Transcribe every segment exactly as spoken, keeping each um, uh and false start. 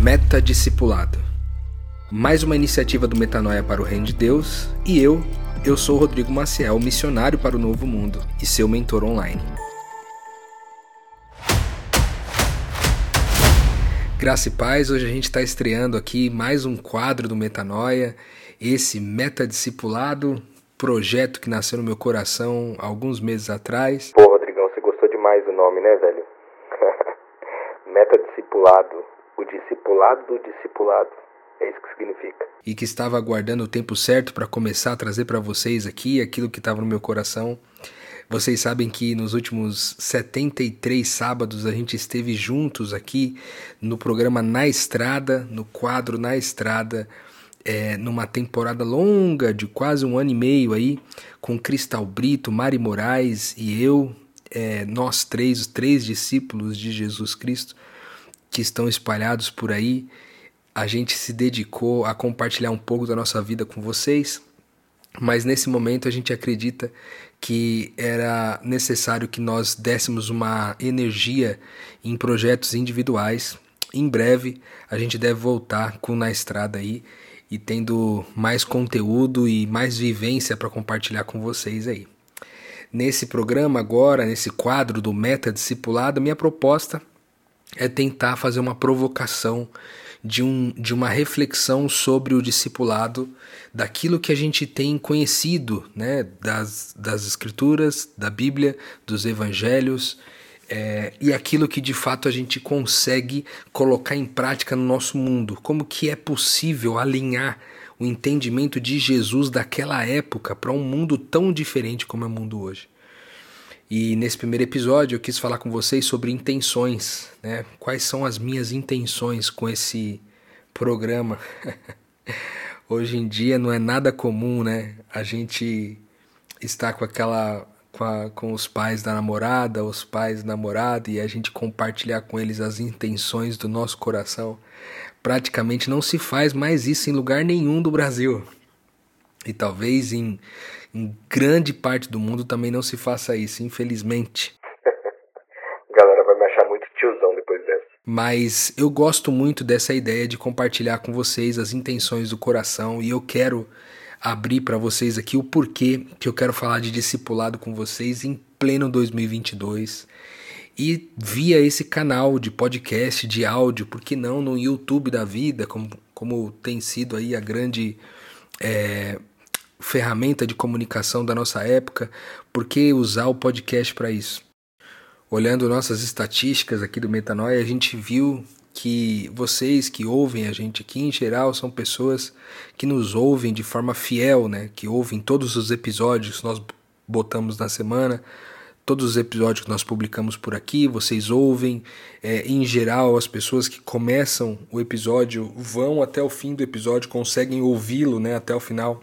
Metadiscipulado. Mais uma iniciativa do Metanoia para o Reino de Deus, e eu, eu sou o Rodrigo Maciel, missionário para o Novo Mundo e seu mentor online. Graça e paz, hoje a gente está estreando aqui mais um quadro do Metanoia, esse Metadiscipulado, projeto que nasceu no meu coração há alguns meses atrás. Pô, Rodrigão, você gostou demais do nome, né, velho? Metadiscipulado, o discipulado do discipulado, é isso que significa. E que estava aguardando o tempo certo para começar a trazer para vocês aqui aquilo que estava no meu coração. Vocês sabem que nos últimos setenta e três sábados a gente esteve juntos aqui no programa Na Estrada, no quadro Na Estrada, é, numa temporada longa de quase um ano e meio aí, com Cristal Brito, Mari Moraes e eu, é, nós três, os três discípulos de Jesus Cristo que estão espalhados por aí. A gente se dedicou a compartilhar um pouco da nossa vida com vocês, mas nesse momento a gente acredita que era necessário que nós dessemos uma energia em projetos individuais. Em breve a gente deve voltar com Na Estrada aí e tendo mais conteúdo e mais vivência para compartilhar com vocês aí. Nesse programa agora, nesse quadro do Metadiscipulado, minha proposta é tentar fazer uma provocação de, um, de uma reflexão sobre o discipulado, daquilo que a gente tem conhecido, né, das, das escrituras, da Bíblia, dos evangelhos, é, e aquilo que de fato a gente consegue colocar em prática no nosso mundo. Como que é possível alinhar o entendimento de Jesus daquela época para um mundo tão diferente como é o mundo hoje. E nesse primeiro episódio eu quis falar com vocês sobre intenções, né? Quais são as minhas intenções com esse programa? Hoje em dia não é nada comum, né? A gente está com aquela, com, a, com os pais da namorada, os pais da namorada, e a gente compartilhar com eles as intenções do nosso coração. Praticamente não se faz mais isso em lugar nenhum do Brasil. E talvez em, em grande parte do mundo também não se faça isso, infelizmente. A galera vai me achar muito tiozão depois dessa. Mas eu gosto muito dessa ideia de compartilhar com vocês as intenções do coração, e eu quero abrir para vocês aqui o porquê que eu quero falar de discipulado com vocês em pleno dois mil e vinte e dois. E via esse canal de podcast, de áudio, por que não no YouTube da vida, como, como tem sido aí a grande é, ferramenta de comunicação da nossa época. Por que usar o podcast para isso? Olhando nossas estatísticas aqui do Metanoia, a gente viu que vocês que ouvem a gente aqui, em geral, são pessoas que nos ouvem de forma fiel, né? Que ouvem todos os episódios que nós botamos na semana, todos os episódios que nós publicamos por aqui, vocês ouvem. É, em geral, as pessoas que começam o episódio vão até o fim do episódio, conseguem ouvi-lo, né, até o final.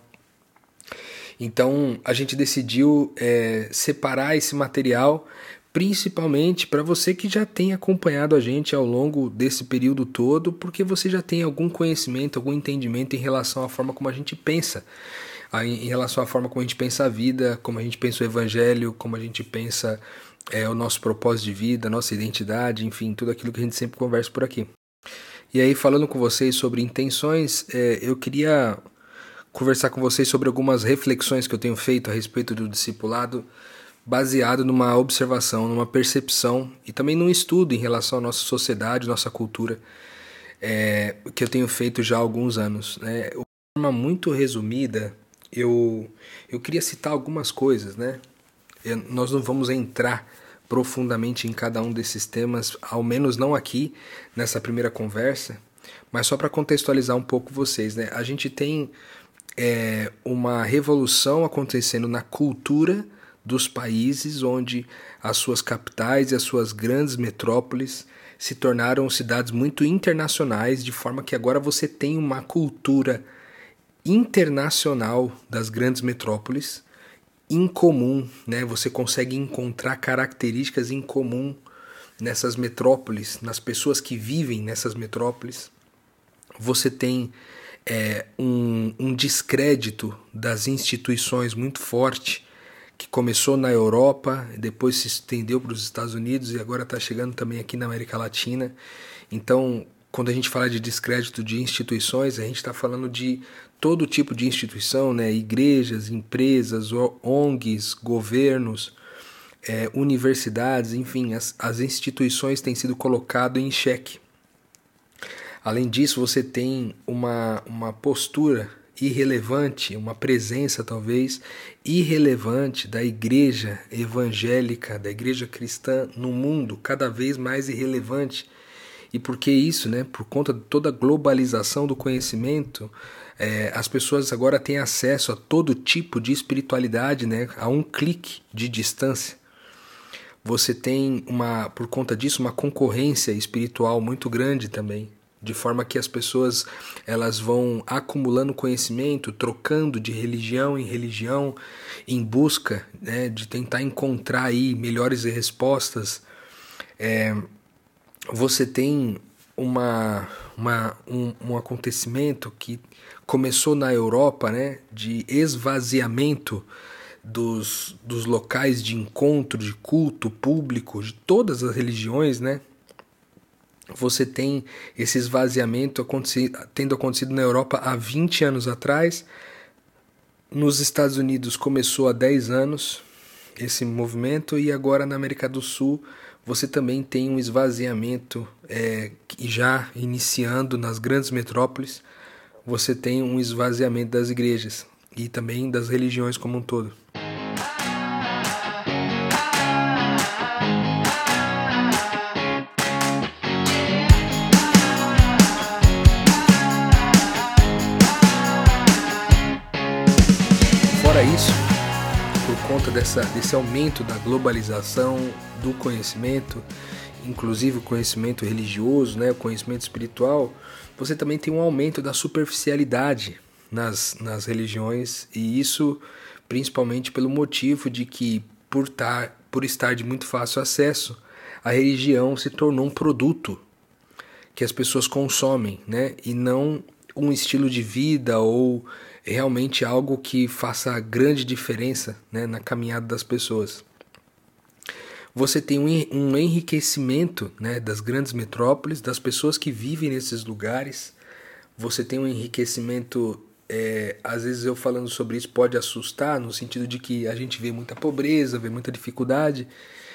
Então, a gente decidiu é, separar esse material, principalmente para você que já tem acompanhado a gente ao longo desse período todo, porque você já tem algum conhecimento, algum entendimento em relação à forma como a gente pensa, em relação à forma como a gente pensa a vida, como a gente pensa o evangelho, como a gente pensa é, o nosso propósito de vida, a nossa identidade, enfim, tudo aquilo que a gente sempre conversa por aqui. E aí, falando com vocês sobre intenções, é, eu queria conversar com vocês sobre algumas reflexões que eu tenho feito a respeito do discipulado, baseado numa observação, numa percepção e também num estudo em relação à nossa sociedade, nossa cultura, é, que eu tenho feito já há alguns anos, né? De forma muito resumida, eu, eu queria citar algumas coisas, né? Eu, nós não vamos entrar profundamente em cada um desses temas, ao menos não aqui, nessa primeira conversa, mas só para contextualizar um pouco vocês, né? A gente tem é, uma revolução acontecendo na cultura dos países onde as suas capitais e as suas grandes metrópoles se tornaram cidades muito internacionais, de forma que agora você tem uma cultura internacional das grandes metrópoles em comum, né? Você consegue encontrar características em comum nessas metrópoles, nas pessoas que vivem nessas metrópoles. Você tem é, um, um descrédito das instituições muito forte, que começou na Europa, depois se estendeu para os Estados Unidos e agora está chegando também aqui na América Latina. Então, quando a gente fala de descrédito de instituições, a gente está falando de todo tipo de instituição, né? Igrejas, empresas, O N Gs, governos, é, universidades, enfim, as, as instituições têm sido colocadas em xeque. Além disso, você tem uma, uma postura irrelevante, uma presença talvez irrelevante da igreja evangélica, da igreja cristã no mundo, cada vez mais irrelevante. E por que isso, né? Por conta de toda a globalização do conhecimento, é, as pessoas agora têm acesso a todo tipo de espiritualidade, né? A um clique de distância. Você tem, uma, por conta disso, uma concorrência espiritual muito grande também, de forma que as pessoas elas vão acumulando conhecimento, trocando de religião em religião, em busca, né, de tentar encontrar aí melhores respostas. É, você tem uma, uma, um, um acontecimento que começou na Europa, né, de esvaziamento dos, dos locais de encontro, de culto público, de todas as religiões, né? Você tem esse esvaziamento aconte- tendo acontecido na Europa há vinte anos atrás. Nos Estados Unidos começou há dez anos esse movimento, e agora na América do Sul você também tem um esvaziamento é, já iniciando nas grandes metrópoles. Você tem um esvaziamento das igrejas e também das religiões como um todo. Fora isso, por conta dessa, desse aumento da globalização do conhecimento, inclusive o conhecimento religioso, né, o conhecimento espiritual, você também tem um aumento da superficialidade nas, nas religiões, e isso principalmente pelo motivo de que, por, tar, por estar de muito fácil acesso, a religião se tornou um produto que as pessoas consomem, né, e não um estilo de vida ou realmente algo que faça grande diferença, né, na caminhada das pessoas. Você tem um enriquecimento, né, das grandes metrópoles, das pessoas que vivem nesses lugares. Você tem um enriquecimento, é, às vezes eu falando sobre isso pode assustar, no sentido de que a gente vê muita pobreza, vê muita dificuldade,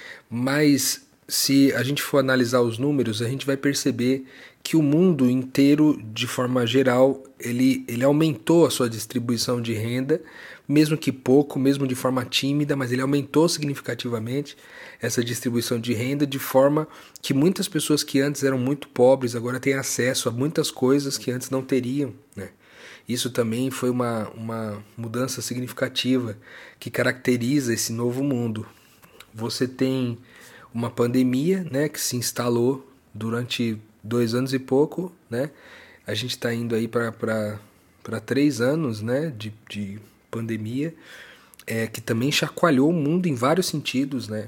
mas se a gente for analisar os números, a gente vai perceber que o mundo inteiro, de forma geral, ele, ele aumentou a sua distribuição de renda, mesmo que pouco, mesmo de forma tímida, mas ele aumentou significativamente essa distribuição de renda, de forma que muitas pessoas que antes eram muito pobres agora têm acesso a muitas coisas que antes não teriam, né? Isso também foi uma, uma mudança significativa que caracteriza esse novo mundo. Você tem uma pandemia, né, que se instalou durante dois anos e pouco, né? A gente está indo aí para três anos, né, de, de pandemia, é, que também chacoalhou o mundo em vários sentidos, né?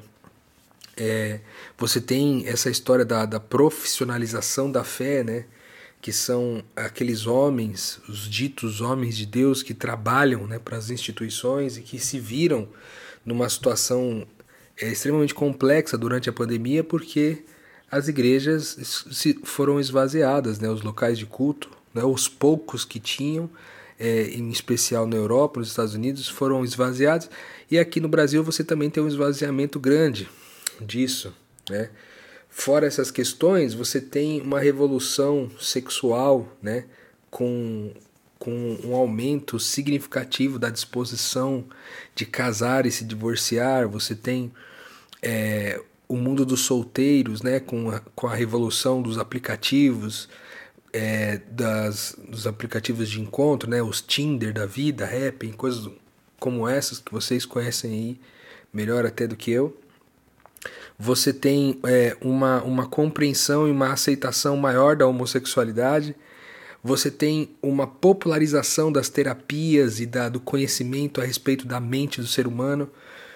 É, você tem essa história da, da profissionalização da fé, né? Que são aqueles homens, os ditos homens de Deus que trabalham, né, para as instituições e que se viram numa situação é, extremamente complexa durante a pandemia, porque as igrejas se foram esvaziadas, né, os locais de culto, né, os poucos que tinham, é, em especial na Europa, nos Estados Unidos, foram esvaziados, e aqui no Brasil você também tem um esvaziamento grande disso, né? Fora essas questões, você tem uma revolução sexual, né, com, com um aumento significativo da disposição de casar e se divorciar. Você tem é, o mundo dos solteiros, né, com, a, com a revolução dos aplicativos, é, das, dos aplicativos de encontro, né, os Tinder da vida, Happn, coisas como essas que vocês conhecem aí melhor até do que eu. Você tem é, uma, uma compreensão e uma aceitação maior da homossexualidade. Você tem uma popularização das terapias e da, do conhecimento a respeito da mente do ser humano.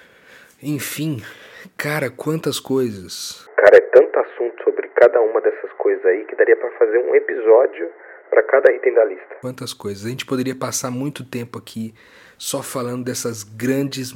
Enfim, cara, quantas coisas. Cara, é tanto assunto sobre cada uma dessas coisas aí que daria pra fazer um episódio pra cada item da lista. Quantas coisas. A gente poderia passar muito tempo aqui só falando dessas grandes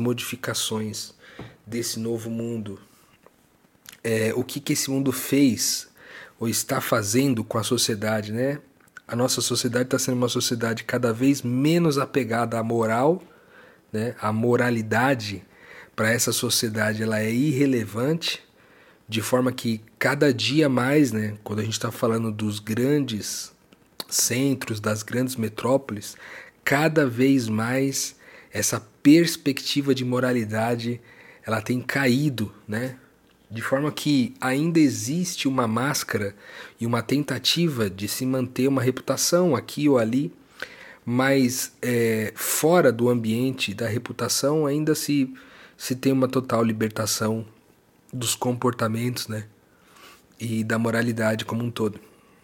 modificações desse novo mundo. É, o que, que esse mundo fez, ou está fazendo com a sociedade, né? A nossa sociedade está sendo uma sociedade cada vez menos apegada à moral, né? A moralidade para essa sociedade ela é irrelevante, de forma que cada dia mais, né? Quando a gente está falando dos grandes centros, das grandes metrópoles, cada vez mais essa perspectiva de moralidade ela tem caído, né? De forma que ainda existe uma máscara e uma tentativa de se manter uma reputação aqui ou ali, mas é, fora do ambiente da reputação ainda se, se tem uma total libertação dos comportamentos, né? E da moralidade como um todo.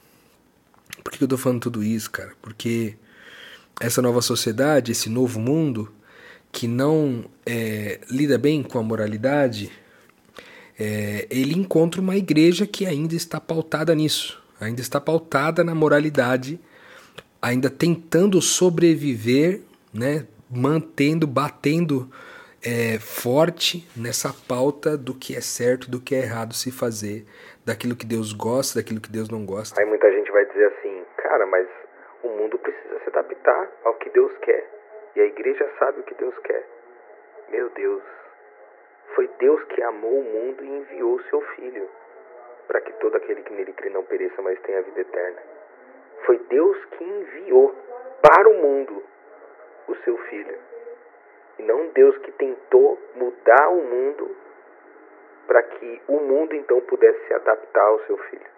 Por que eu tô falando tudo isso, cara? Porque essa nova sociedade, esse novo mundo que não é, lida bem com a moralidade, É, ele encontra uma igreja que ainda está pautada nisso, ainda está pautada na moralidade, ainda tentando sobreviver, né, mantendo, batendo é, forte nessa pauta do que é certo, do que é errado se fazer, daquilo que Deus gosta, daquilo que Deus não gosta. Aí muita gente vai dizer assim, cara, mas o mundo precisa se adaptar ao que Deus quer, e a igreja sabe o que Deus quer. Meu Deus, foi Deus que amou o mundo e enviou o seu Filho, para que todo aquele que nele crê não pereça, mas tenha a vida eterna. Foi Deus que enviou para o mundo o seu Filho, e não Deus que tentou mudar o mundo para que o mundo então pudesse se adaptar ao seu Filho.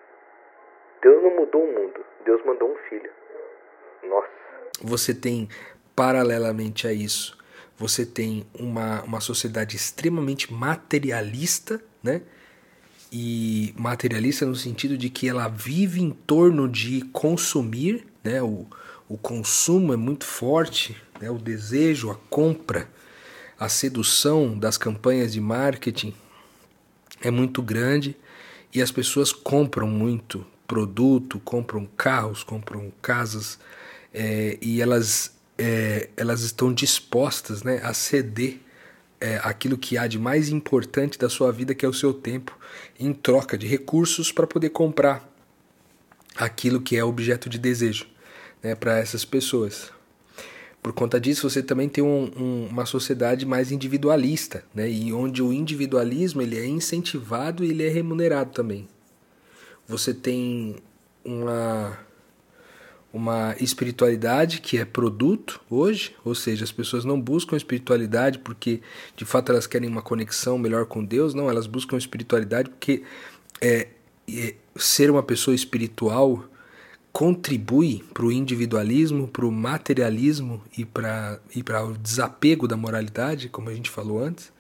Deus não mudou o mundo, Deus mandou um Filho. Nossa. Você tem, paralelamente a isso, você tem uma, uma sociedade extremamente materialista, né? E materialista no sentido de que ela vive em torno de consumir, né? O, o consumo é muito forte, né? O desejo, a compra, a sedução das campanhas de marketing é muito grande e as pessoas compram muito produto, compram carros, compram casas é, e elas... É, elas estão dispostas, né, a ceder é, aquilo que há de mais importante da sua vida, que é o seu tempo, em troca de recursos para poder comprar aquilo que é objeto de desejo, né, para essas pessoas. Por conta disso, você também tem um, um, uma sociedade mais individualista, né, e onde o individualismo ele é incentivado e ele é remunerado também. Você tem uma... uma espiritualidade que é produto hoje, ou seja, as pessoas não buscam espiritualidade porque de fato elas querem uma conexão melhor com Deus, não, elas buscam espiritualidade porque é, é, ser uma pessoa espiritual contribui para o individualismo, para o materialismo e para e para o desapego da moralidade, como a gente falou antes.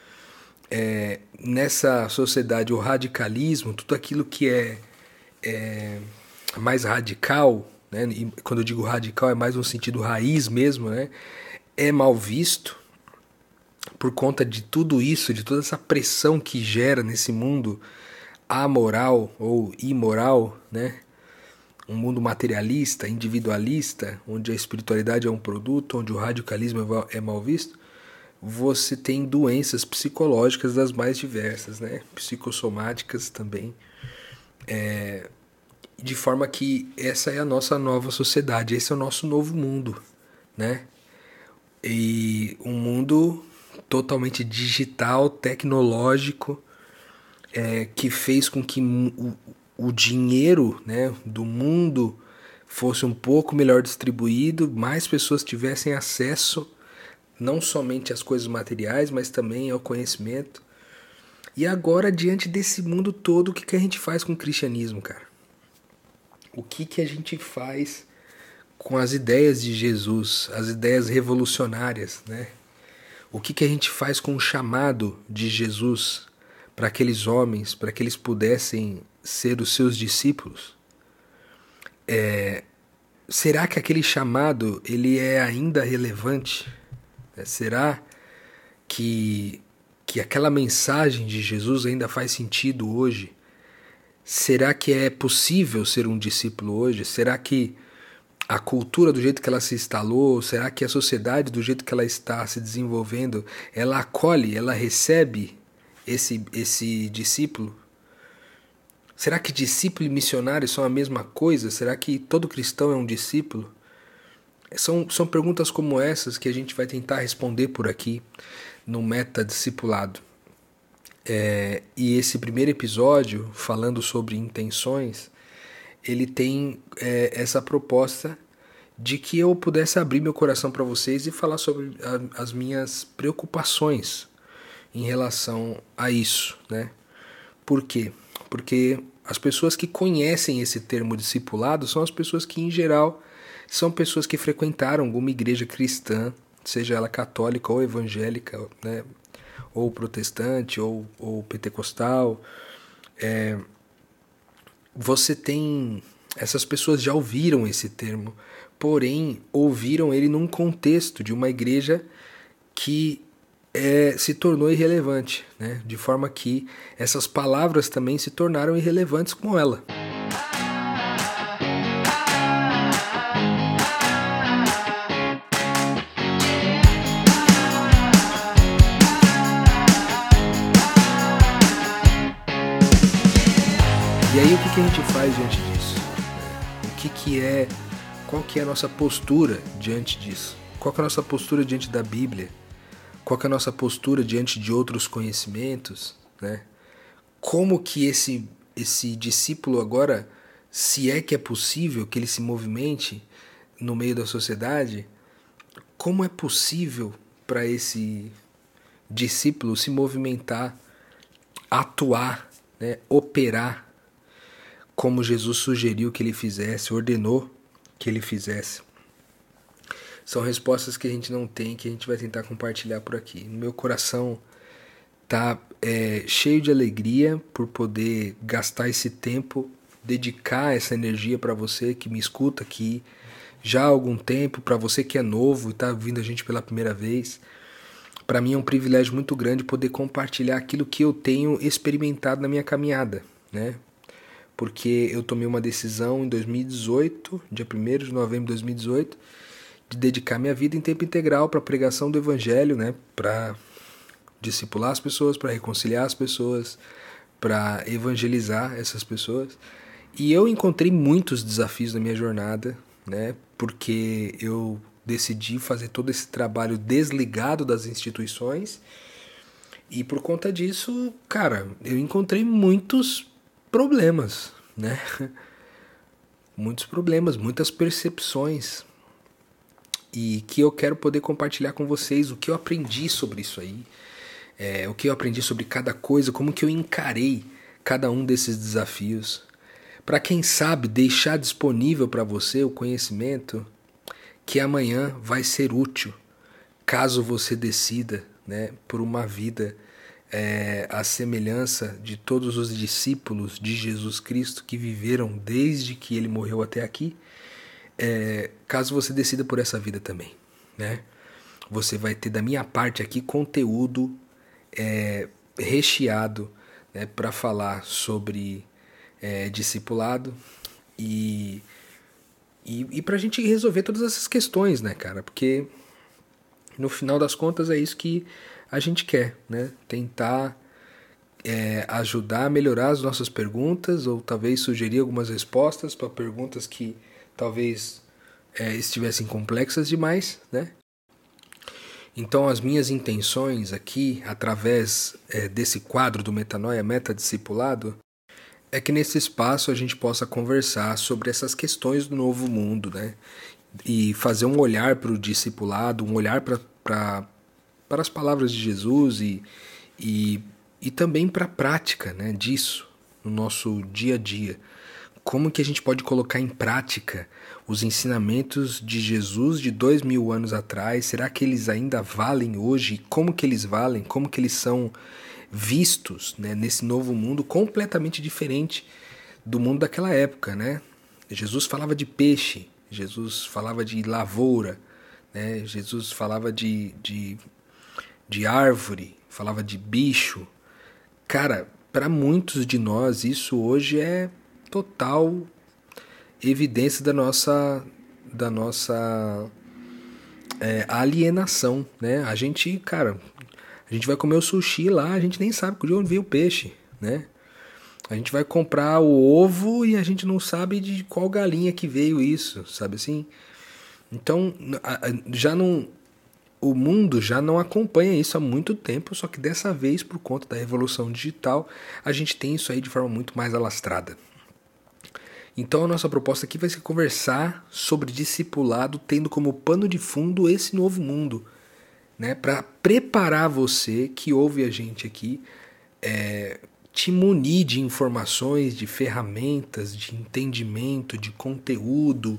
É, nessa sociedade, o radicalismo, tudo aquilo que é, é mais radical, né? E quando eu digo radical é mais no sentido raiz mesmo, né? É mal visto por conta de tudo isso, de toda essa pressão que gera nesse mundo amoral ou imoral, né? Um mundo materialista, individualista, onde a espiritualidade é um produto, onde o radicalismo é mal visto. Você tem doenças psicológicas das mais diversas, né? Psicossomáticas também. É... De forma que essa é a nossa nova sociedade, esse é o nosso novo mundo, né? E um mundo totalmente digital, tecnológico, é, que fez com que o, o dinheiro, né, do mundo fosse um pouco melhor distribuído, mais pessoas tivessem acesso não somente às coisas materiais, mas também ao conhecimento. E agora, diante desse mundo todo, o que, que a gente faz com o cristianismo, cara? O que, que a gente faz com as ideias de Jesus, as ideias revolucionárias, né? O que, que a gente faz com o chamado de Jesus para aqueles homens, para que eles pudessem ser os seus discípulos? É, será que aquele chamado ele é ainda relevante? Será que, que aquela mensagem de Jesus ainda faz sentido hoje? Será que é possível ser um discípulo hoje? Será que a cultura do jeito que ela se instalou, será que a sociedade do jeito que ela está se desenvolvendo, ela acolhe, ela recebe esse, esse discípulo? Será que discípulo e missionário são a mesma coisa? Será que todo cristão é um discípulo? São, são perguntas como essas que a gente vai tentar responder por aqui no Meta Discipulado. É, e esse primeiro episódio, falando sobre intenções, ele tem é, essa proposta de que eu pudesse abrir meu coração para vocês e falar sobre a, as minhas preocupações em relação a isso, né? Por quê? Porque as pessoas que conhecem esse termo discipulado são as pessoas que, em geral, são pessoas que frequentaram alguma igreja cristã, seja ela católica ou evangélica, né? Ou protestante, ou, ou pentecostal. É, você tem... Essas pessoas já ouviram esse termo, porém, ouviram ele num contexto de uma igreja que é, se tornou irrelevante, né? De forma que essas palavras também se tornaram irrelevantes com ela. E aí o que, que a gente faz diante disso? O que, que é, qual que é a nossa postura diante disso? Qual que é a nossa postura diante da Bíblia? Qual que é a nossa postura diante de outros conhecimentos, né? Como que esse, esse discípulo agora, se é que é possível que ele se movimente no meio da sociedade, como é possível para esse discípulo se movimentar, atuar, né, operar como Jesus sugeriu que ele fizesse, ordenou que ele fizesse? São respostas que a gente não tem, que a gente vai tentar compartilhar por aqui. No meu coração tá é, cheio de alegria por poder gastar esse tempo, dedicar essa energia para você que me escuta aqui já há algum tempo, para você que é novo e está vindo a gente pela primeira vez. Para mim é um privilégio muito grande poder compartilhar aquilo que eu tenho experimentado na minha caminhada, né? Porque eu tomei uma decisão em dois mil e dezoito, dia primeiro de novembro de dois mil e dezoito, de dedicar minha vida em tempo integral para a pregação do Evangelho, né? Para discipular as pessoas, para reconciliar as pessoas, para evangelizar essas pessoas. E eu encontrei muitos desafios na minha jornada, né? Porque eu decidi fazer todo esse trabalho desligado das instituições e por conta disso, cara, eu encontrei muitos problemas, né? Muitos problemas, muitas percepções, e que eu quero poder compartilhar com vocês o que eu aprendi sobre isso aí, é, o que eu aprendi sobre cada coisa, como que eu encarei cada um desses desafios, para quem sabe deixar disponível para você o conhecimento que amanhã vai ser útil, caso você decida, né, por uma vida é, à semelhança de todos os discípulos de Jesus Cristo que viveram desde que ele morreu até aqui. É, caso você decida por essa vida também, né? Você vai ter da minha parte aqui conteúdo é, recheado, né, para falar sobre é, discipulado e, e, e para a gente resolver todas essas questões, né, cara? Porque no final das contas é isso que a gente quer, né? Tentar é, ajudar a melhorar as nossas perguntas, ou talvez sugerir algumas respostas para perguntas que talvez é, estivessem complexas demais, né? Então as minhas intenções aqui, através é, desse quadro do Metanoia Meta Discipulado, é que nesse espaço a gente possa conversar sobre essas questões do novo mundo, né? E fazer um olhar para o discipulado, um olhar para para as palavras de Jesus e, e, e também para a prática, né, disso no nosso dia a dia. Como que a gente pode colocar em prática os ensinamentos de Jesus de dois mil anos atrás? Será que eles ainda valem hoje? Como que eles valem? Como que eles são vistos, né, nesse novo mundo completamente diferente do mundo daquela época, né? Jesus falava de peixe, Jesus falava de lavoura, né? Jesus falava de, de, de árvore, falava de bicho. Cara, para muitos de nós isso hoje é total evidência da nossa, da nossa é, alienação, né? A gente, cara, a gente vai comer o sushi lá, a gente nem sabe de onde veio o peixe, né? A gente vai comprar o ovo e a gente não sabe de qual galinha que veio isso, sabe assim? Então, já não, o mundo já não acompanha isso há muito tempo, só que dessa vez, por conta da revolução digital, a gente tem isso aí de forma muito mais alastrada. Então a nossa proposta aqui vai ser conversar sobre discipulado, tendo como pano de fundo esse novo mundo, né? Para preparar você que ouve a gente aqui, é, te munir de informações, de ferramentas, de entendimento, de conteúdo,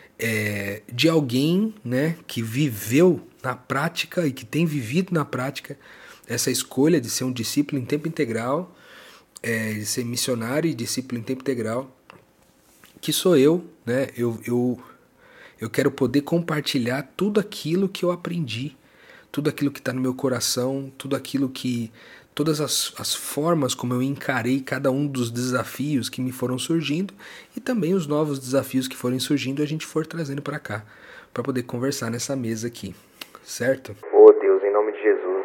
é, de alguém, né, que viveu na prática e que tem vivido na prática essa escolha de ser um discípulo em tempo integral, é, de ser missionário e discípulo em tempo integral, que sou eu, né? Eu, eu, eu quero poder compartilhar tudo aquilo que eu aprendi, tudo aquilo que está no meu coração, tudo aquilo que todas as, as formas como eu encarei cada um dos desafios que me foram surgindo e também os novos desafios que forem surgindo a gente for trazendo para cá, para poder conversar nessa mesa aqui, certo? Oh Deus, em nome de Jesus,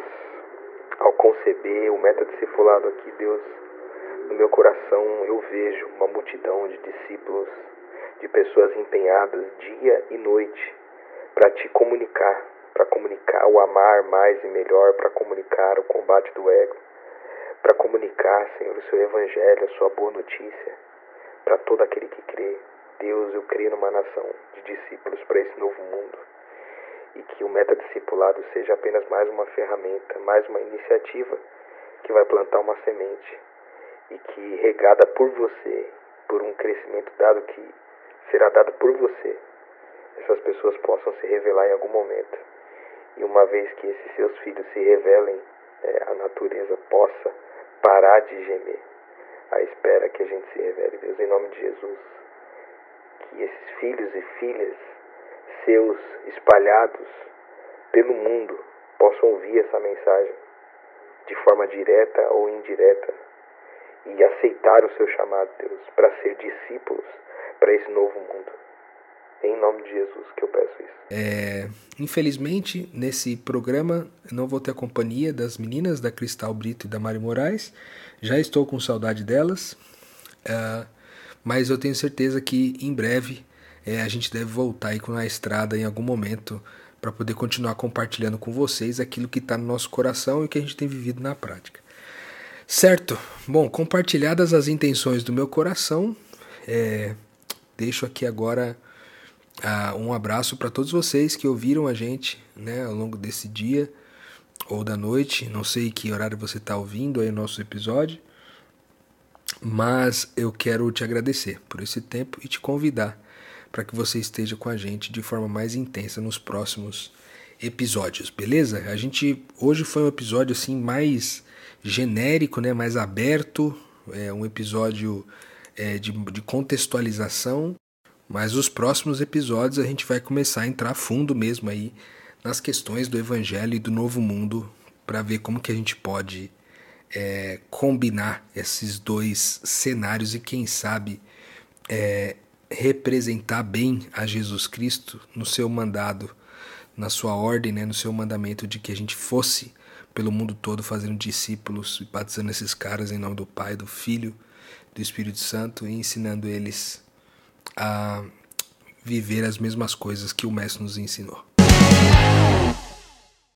ao conceber o metadiscipulado aqui, Deus, no meu coração eu vejo uma multidão de discípulos, de pessoas empenhadas dia e noite para te comunicar, para comunicar o amar mais e melhor, para comunicar o combate do ego, para comunicar, Senhor, o seu evangelho, a sua boa notícia, para todo aquele que crê. Deus, eu creio numa nação de discípulos para esse novo mundo, e que o metadiscipulado seja apenas mais uma ferramenta, mais uma iniciativa que vai plantar uma semente, e que, regada por você, por um crescimento dado que será dado por você, essas pessoas possam se revelar em algum momento. E uma vez que esses seus filhos se revelem, é, a natureza possa parar de gemer à espera que a gente se revele, Deus, em nome de Jesus. Que esses filhos e filhas seus espalhados pelo mundo possam ouvir essa mensagem de forma direta ou indireta e aceitar o seu chamado, Deus, para ser discípulos para esse novo mundo. Em nome de Jesus que eu peço isso. É, infelizmente, nesse programa, eu não vou ter a companhia das meninas da Cristal Brito e da Mari Moraes. Já estou com saudade delas, uh, mas eu tenho certeza que em breve é, a gente deve voltar aí na estrada em algum momento para poder continuar compartilhando com vocês aquilo que está no nosso coração e que a gente tem vivido na prática. Certo? Bom, compartilhadas as intenções do meu coração, é, deixo aqui agora uh, um abraço para todos vocês que ouviram a gente, né, ao longo desse dia ou da noite. Não sei que horário você está ouvindo aí o nosso episódio, mas eu quero te agradecer por esse tempo e te convidar para que você esteja com a gente de forma mais intensa nos próximos episódios, beleza? A gente hoje foi um episódio assim mais genérico, né, mais aberto, é um episódio é, de, de contextualização, mas os próximos episódios a gente vai começar a entrar a fundo mesmo aí nas questões do evangelho e do novo mundo para ver como que a gente pode é, combinar esses dois cenários e quem sabe é, representar bem a Jesus Cristo no seu mandado, na sua ordem, né, no seu mandamento de que a gente fosse pelo mundo todo fazendo discípulos e batizando esses caras em nome do Pai, do Filho, do Espírito Santo e ensinando eles a viver as mesmas coisas que o Mestre nos ensinou.